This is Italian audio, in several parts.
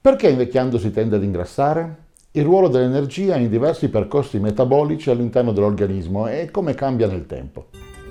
Perché invecchiando si tende ad ingrassare? Il ruolo dell'energia in diversi percorsi metabolici all'interno dell'organismo e come cambia nel tempo.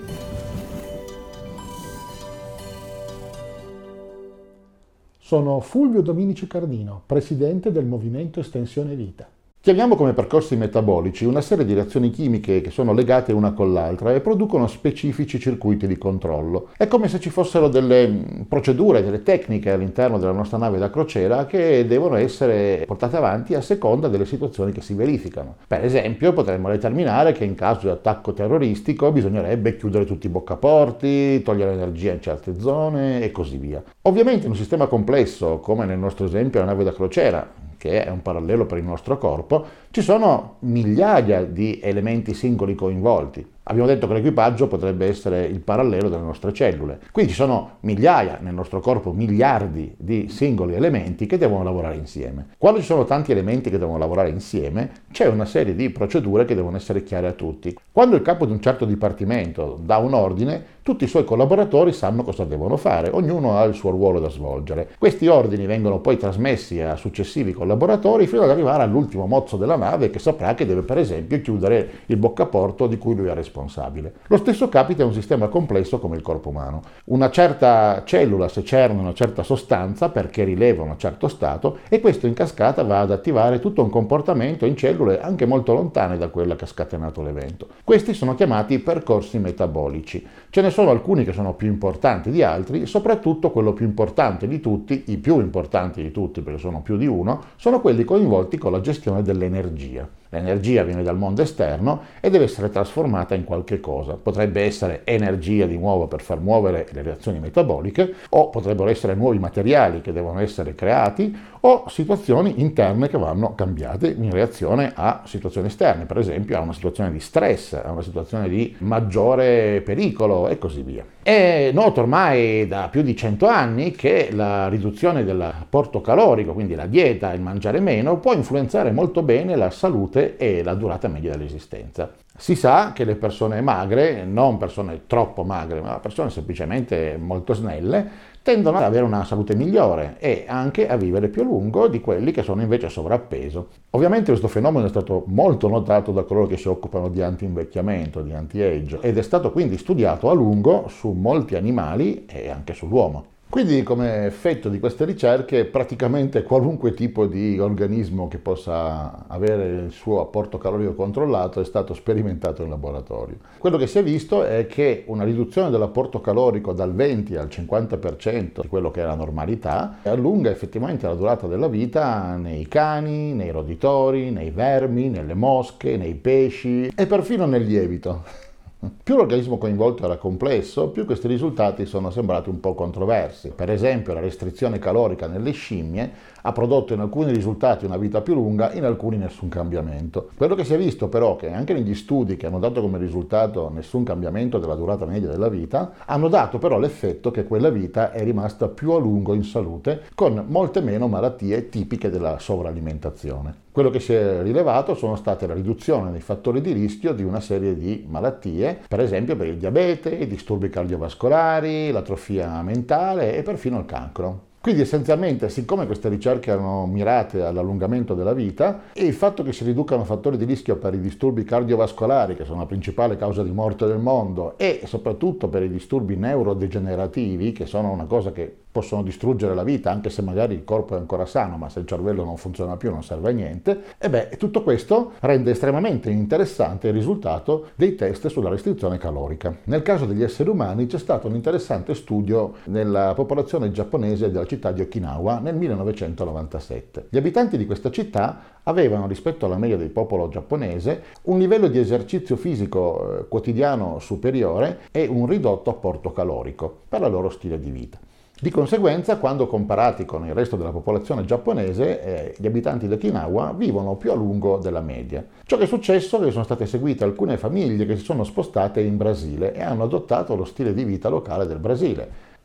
Sono Fulvio Dominici Cardino, presidente del Movimento Estensione Vita. Chiamiamo come percorsi metabolici una serie di reazioni chimiche che sono legate una con l'altra e producono specifici circuiti di controllo. È come se ci fossero delle procedure, delle tecniche all'interno della nostra nave da crociera che devono essere portate avanti a seconda delle situazioni che si verificano. Per esempio, potremmo determinare che in caso di attacco terroristico bisognerebbe chiudere tutti i boccaporti, togliere l'energia in certe zone e così via. Ovviamente in un sistema complesso, come nel nostro esempio la nave da crociera, che è un parallelo per il nostro corpo, ci sono migliaia di elementi singoli coinvolti. Abbiamo detto che l'equipaggio potrebbe essere il parallelo delle nostre cellule. Quindi ci sono migliaia, nel nostro corpo miliardi di singoli elementi che devono lavorare insieme. Quando ci sono tanti elementi che devono lavorare insieme, c'è una serie di procedure che devono essere chiare a tutti. Quando il capo di un certo dipartimento dà un ordine, tutti i suoi collaboratori sanno cosa devono fare, ognuno ha il suo ruolo da svolgere. Questi ordini vengono poi trasmessi a successivi collaboratori fino ad arrivare all'ultimo mozzo della nave che saprà che deve per esempio chiudere il boccaporto di cui lui è responsabile. Lo stesso capita in un sistema complesso come il corpo umano. Una certa cellula secerne una certa sostanza perché rileva un certo stato e questo in cascata va ad attivare tutto un comportamento in cellule anche molto lontane da quella che ha scatenato l'evento. Questi sono chiamati percorsi metabolici. Ce ne sono alcuni che sono più importanti di altri, soprattutto quello più importante di tutti, i più importanti di tutti perché sono più di uno, sono quelli coinvolti con la gestione dell'energia. L'energia viene dal mondo esterno e deve essere trasformata in qualche cosa. Potrebbe essere energia di nuovo per far muovere le reazioni metaboliche, o potrebbero essere nuovi materiali che devono essere creati, o situazioni interne che vanno cambiate in reazione a situazioni esterne, per esempio a una situazione di stress, a una situazione di maggiore pericolo e così via. È noto ormai da più di 100 anni che la riduzione dell'apporto calorico, quindi la dieta, il mangiare meno, può influenzare molto bene la salute e la durata media dell'esistenza. Si sa che le persone magre, non persone troppo magre, ma persone semplicemente molto snelle, tendono ad avere una salute migliore e anche a vivere più a lungo di quelli che sono invece a sovrappeso. Ovviamente questo fenomeno è stato molto notato da coloro che si occupano di anti-invecchiamento, di anti-age, ed è stato quindi studiato a lungo su molti animali e anche sull'uomo. Quindi come effetto di queste ricerche praticamente qualunque tipo di organismo che possa avere il suo apporto calorico controllato è stato sperimentato in laboratorio. Quello che si è visto è che una riduzione dell'apporto calorico dal 20 al 50% di quello che è la normalità allunga effettivamente la durata della vita nei cani, nei roditori, nei vermi, nelle mosche, nei pesci e perfino nel lievito. Più l'organismo coinvolto era complesso, più questi risultati sono sembrati un po' controversi. Per esempio, la restrizione calorica nelle scimmie ha prodotto in alcuni risultati una vita più lunga, in alcuni nessun cambiamento. Quello che si è visto però è che anche negli studi che hanno dato come risultato nessun cambiamento della durata media della vita, hanno dato però l'effetto che quella vita è rimasta più a lungo in salute, con molte meno malattie tipiche della sovralimentazione. Quello che si è rilevato sono state la riduzione dei fattori di rischio di una serie di malattie, per esempio per il diabete, i disturbi cardiovascolari, l'atrofia mentale e perfino il cancro. Quindi essenzialmente, siccome queste ricerche erano mirate all'allungamento della vita e il fatto che si riducano fattori di rischio per i disturbi cardiovascolari, che sono la principale causa di morte del mondo, e soprattutto per i disturbi neurodegenerativi, che sono una cosa che possono distruggere la vita anche se magari il corpo è ancora sano, ma se il cervello non funziona più non serve a niente, e tutto questo rende estremamente interessante il risultato dei test sulla restrizione calorica. Nel caso degli esseri umani c'è stato un interessante studio nella popolazione giapponese della città di Okinawa nel 1997. Gli abitanti di questa città avevano, rispetto alla media del popolo giapponese, un livello di esercizio fisico quotidiano superiore e un ridotto apporto calorico per il loro stile di vita. Di conseguenza, quando comparati con il resto della popolazione giapponese, gli abitanti di Okinawa vivono più a lungo della media. Ciò che è successo è che sono state seguite alcune famiglie che si sono spostate in Brasile e hanno adottato lo stile di vita locale del Brasile.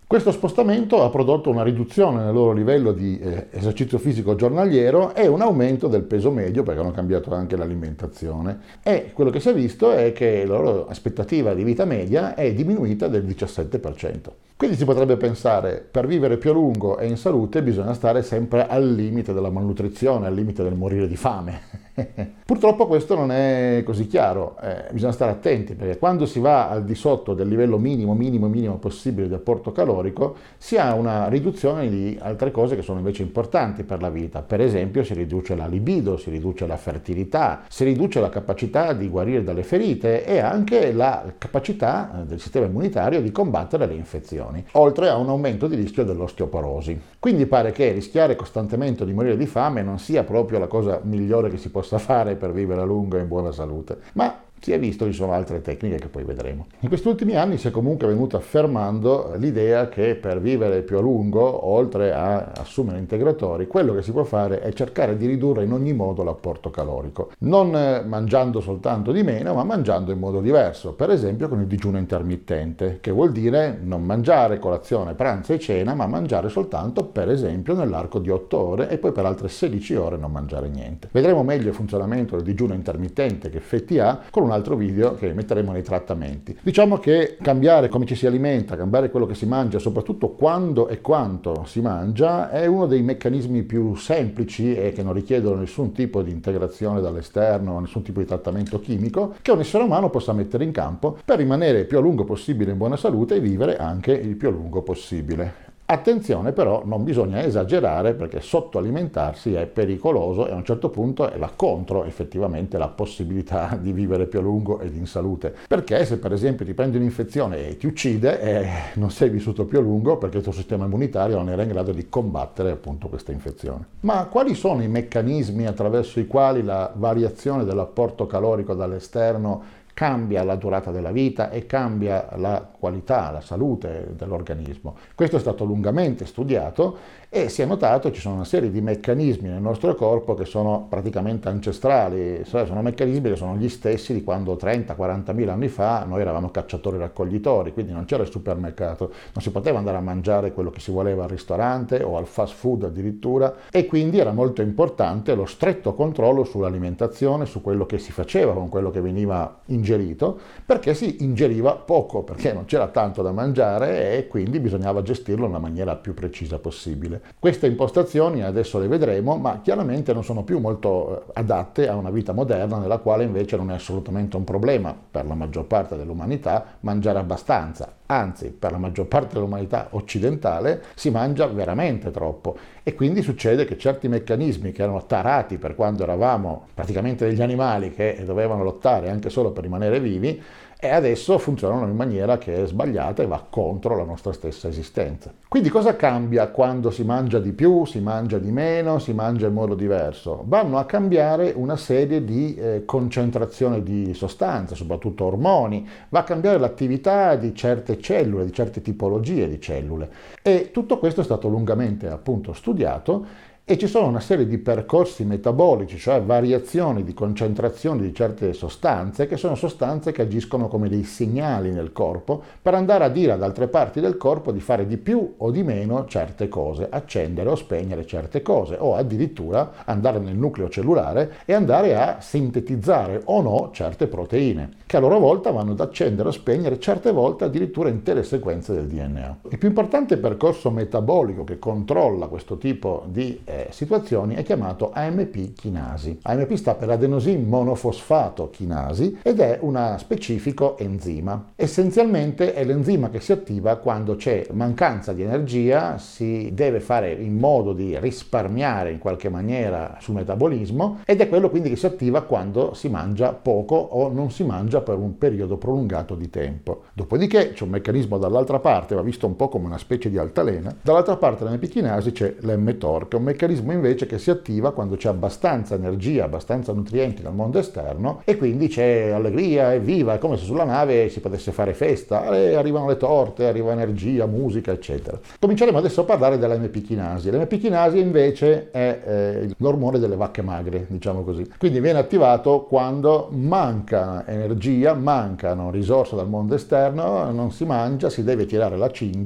Questo spostamento ha prodotto una riduzione nel loro livello di esercizio fisico giornaliero e un aumento del peso medio, perché hanno cambiato anche l'alimentazione, e quello che si è visto è che la loro aspettativa di vita media è diminuita del 17%. Quindi si potrebbe pensare, per vivere più a lungo e in salute bisogna stare sempre al limite della malnutrizione, al limite del morire di fame. Purtroppo questo non è così chiaro, bisogna stare attenti, perché quando si va al di sotto del livello minimo possibile di apporto calorico si ha una riduzione di altre cose che sono invece importanti per la vita. Per esempio si riduce la libido, si riduce la fertilità, si riduce la capacità di guarire dalle ferite e anche la capacità del sistema immunitario di combattere le infezioni, oltre a un aumento di rischio dell'osteoporosi. Quindi pare che rischiare costantemente di morire di fame non sia proprio la cosa migliore che si possa fare per vivere a lungo e in buona salute, ma si è visto che ci sono altre tecniche che poi vedremo. In questi ultimi anni si è comunque venuta affermando l'idea che per vivere più a lungo, oltre a assumere integratori, quello che si può fare è cercare di ridurre in ogni modo l'apporto calorico, non mangiando soltanto di meno, ma mangiando in modo diverso, per esempio con il digiuno intermittente, che vuol dire non mangiare colazione, pranzo e cena, ma mangiare soltanto, per esempio, nell'arco di 8 ore e poi per altre 16 ore non mangiare niente. Vedremo meglio il funzionamento del digiuno intermittente, che effetti ha, con un altro video che metteremo nei trattamenti. Diciamo che cambiare come ci si alimenta, cambiare quello che si mangia, soprattutto quando e quanto si mangia, è uno dei meccanismi più semplici e che non richiedono nessun tipo di integrazione dall'esterno, nessun tipo di trattamento chimico, che un essere umano possa mettere in campo per rimanere il più a lungo possibile in buona salute e vivere anche il più a lungo possibile. Attenzione però, non bisogna esagerare, perché sottoalimentarsi è pericoloso e a un certo punto va contro effettivamente la possibilità di vivere più a lungo ed in salute. Perché se per esempio ti prendi un'infezione e ti uccide, non sei vissuto più a lungo perché il tuo sistema immunitario non era in grado di combattere appunto questa infezione. Ma quali sono i meccanismi attraverso i quali la variazione dell'apporto calorico dall'esterno cambia la durata della vita e cambia la qualità, la salute dell'organismo? Questo è stato lungamente studiato e si è notato che ci sono una serie di meccanismi nel nostro corpo che sono praticamente ancestrali, sono meccanismi che sono gli stessi di quando 30-40 mila anni fa noi eravamo cacciatori raccoglitori, quindi non c'era il supermercato, non si poteva andare a mangiare quello che si voleva al ristorante o al fast food addirittura, e quindi era molto importante lo stretto controllo sull'alimentazione, su quello che si faceva con quello che veniva ingerito, perché si ingeriva poco, perché non c'era tanto da mangiare e quindi bisognava gestirlo nella maniera più precisa possibile. Queste impostazioni adesso le vedremo, ma chiaramente non sono più molto adatte a una vita moderna nella quale invece non è assolutamente un problema per la maggior parte dell'umanità mangiare abbastanza. Anzi, per la maggior parte dell'umanità occidentale si mangia veramente troppo e quindi succede che certi meccanismi che erano tarati per quando eravamo praticamente degli animali che dovevano lottare anche solo per rimanere vivi, e adesso funzionano in maniera che è sbagliata e va contro la nostra stessa esistenza. Quindi cosa cambia quando si mangia di più, si mangia di meno, si mangia in modo diverso? Vanno a cambiare una serie di concentrazioni di sostanze, soprattutto ormoni, va a cambiare l'attività di certe cellule, di certe tipologie di cellule, e tutto questo è stato lungamente appunto studiato. E ci sono una serie di percorsi metabolici, cioè variazioni di concentrazione di certe sostanze, che sono sostanze che agiscono come dei segnali nel corpo per andare a dire ad altre parti del corpo di fare di più o di meno certe cose, accendere o spegnere certe cose, o addirittura andare nel nucleo cellulare e andare a sintetizzare o no certe proteine, che a loro volta vanno ad accendere o spegnere certe volte addirittura intere sequenze del DNA. Il più importante percorso metabolico che controlla questo tipo di situazioni è chiamato AMP chinasi. AMP sta per adenosin monofosfato chinasi ed è un specifico enzima. Essenzialmente è l'enzima che si attiva quando c'è mancanza di energia, si deve fare in modo di risparmiare in qualche maniera sul metabolismo, ed è quello quindi che si attiva quando si mangia poco o non si mangia per un periodo prolungato di tempo. Dopodiché c'è un meccanismo dall'altra parte, va visto un po' come una specie di altalena. Dall'altra parte dell'AMP chinasi c'è l'mTOR, che è un meccanismo invece che si attiva quando c'è abbastanza energia, abbastanza nutrienti dal mondo esterno, e quindi c'è allegria, è viva, è come se sulla nave si potesse fare festa, arrivano le torte, arriva energia, musica, eccetera. Cominceremo adesso a parlare dell'AMP chinasi. L'AMP chinasi invece è l'ormone delle vacche magre, diciamo così. Quindi viene attivato quando manca energia, mancano risorse dal mondo esterno, non si mangia, si deve tirare la cinghia,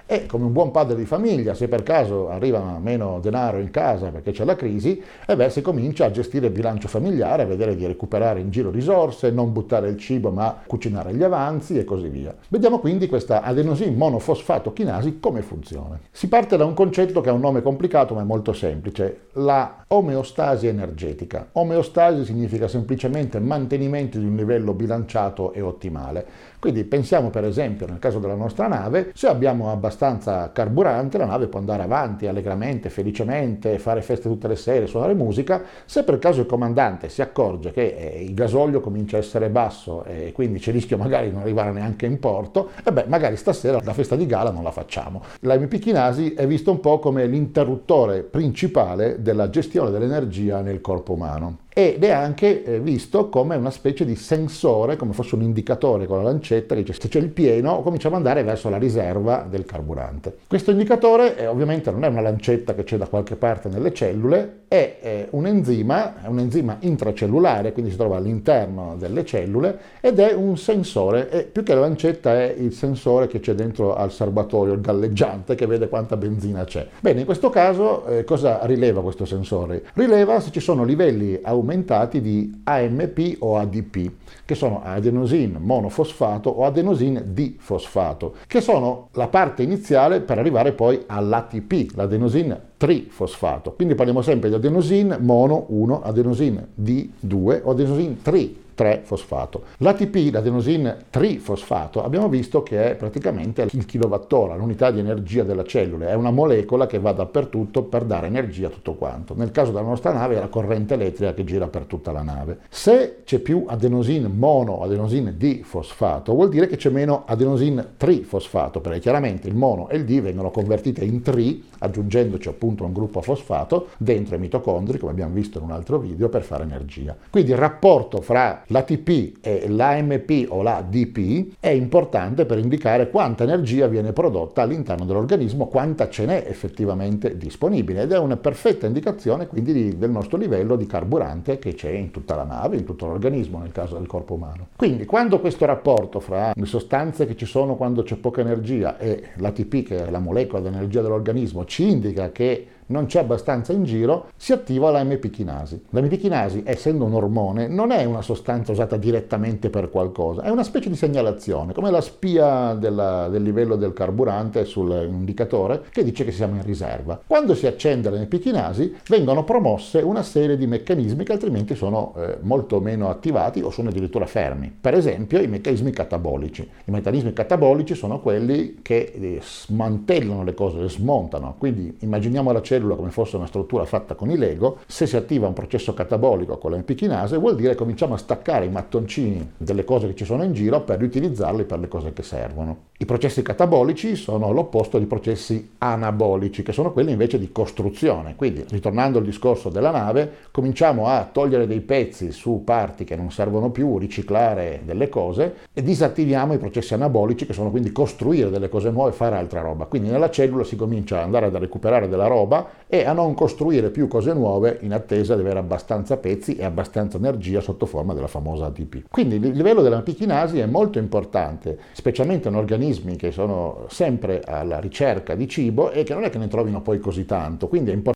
e come un buon padre di famiglia, se per caso arriva meno denaro in casa perché c'è la crisi, si comincia a gestire il bilancio familiare, a vedere di recuperare in giro risorse, non buttare il cibo ma cucinare gli avanzi e così via. Vediamo quindi questa adenosin monofosfato chinasi come funziona. Si parte da un concetto che ha un nome complicato ma è molto semplice, la omeostasi energetica. Omeostasi significa semplicemente mantenimento di un livello bilanciato e ottimale. Quindi pensiamo per esempio nel caso della nostra nave, se abbiamo abbastanza carburante la nave può andare avanti allegramente, felicemente, fare feste tutte le sere, suonare musica. Se per caso il comandante si accorge che il gasolio comincia a essere basso e quindi c'è il rischio magari di non arrivare neanche in porto, magari stasera la festa di gala non la facciamo. L'AMP chinasi è visto un po' come l'interruttore principale della gestione dell'energia nel corpo umano. Ed è anche visto come una specie di sensore, come fosse un indicatore con la lancetta che dice se c'è il pieno cominciamo ad andare verso la riserva del carburante. Questo indicatore ovviamente non è una lancetta che c'è da qualche parte nelle cellule, è un enzima intracellulare, quindi si trova all'interno delle cellule ed è un sensore, e più che la lancetta è il sensore che c'è dentro al serbatoio, il galleggiante che vede quanta benzina c'è. Bene, in questo caso cosa rileva questo sensore? Rileva se ci sono livelli aumentati di AMP o ADP, che sono adenosin monofosfato o adenosin difosfato, che sono la parte iniziale per arrivare poi all'ATP, l'adenosin trifosfato. Quindi parliamo sempre di adenosin mono 1, adenosin D2 o adenosin 3-fosfato. L'ATP, l'adenosin trifosfato, abbiamo visto che è praticamente il kilowattora, l'unità di energia della cellula, è una molecola che va dappertutto per dare energia a tutto quanto. Nel caso della nostra nave è la corrente elettrica che gira per tutta la nave. Se c'è più adenosin mono o adenosin difosfato, vuol dire che c'è meno adenosin trifosfato, perché chiaramente il mono e il D vengono convertite in tri, aggiungendoci appunto un gruppo fosfato dentro i mitocondri, come abbiamo visto in un altro video, per fare energia. Quindi il rapporto fra l'ATP e l'AMP o l'ADP è importante per indicare quanta energia viene prodotta all'interno dell'organismo, quanta ce n'è effettivamente disponibile, ed è una perfetta indicazione quindi del nostro livello di carburante che c'è in tutta la nave, in tutto l'organismo nel caso del corpo umano. Quindi quando questo rapporto fra le sostanze che ci sono quando c'è poca energia e l'ATP, che è la molecola dell'energia dell'organismo, ci indica che non c'è abbastanza in giro, si attiva l'AMP chinasi. L'AMP chinasi, essendo un ormone, non è una sostanza usata direttamente per qualcosa, è una specie di segnalazione, come la spia del livello del carburante sull'indicatore che dice che siamo in riserva. Quando si accende l'AMP chinasi vengono promosse una serie di meccanismi che altrimenti sono molto meno attivati o sono addirittura fermi. Per esempio i meccanismi catabolici. I meccanismi catabolici sono quelli che smantellano le cose, le smontano. Quindi immaginiamo la cellula come fosse una struttura fatta con i Lego. Se si attiva un processo catabolico con l'AMP chinase vuol dire che cominciamo a staccare i mattoncini delle cose che ci sono in giro per riutilizzarli per le cose che servono. I processi catabolici sono l'opposto di processi anabolici, che sono quelli invece di costruzione. Quindi, ritornando al discorso della nave, cominciamo a togliere dei pezzi su parti che non servono più, riciclare delle cose, e disattiviamo i processi anabolici, che sono quindi costruire delle cose nuove, fare altra roba. Quindi nella cellula si comincia ad andare a recuperare della roba e a non costruire più cose nuove in attesa di avere abbastanza pezzi e abbastanza energia sotto forma della famosa ATP. Quindi il livello dell'AMP chinasi è molto importante, specialmente in organismi che sono sempre alla ricerca di cibo e che non è che ne trovino poi così tanto, quindi è importante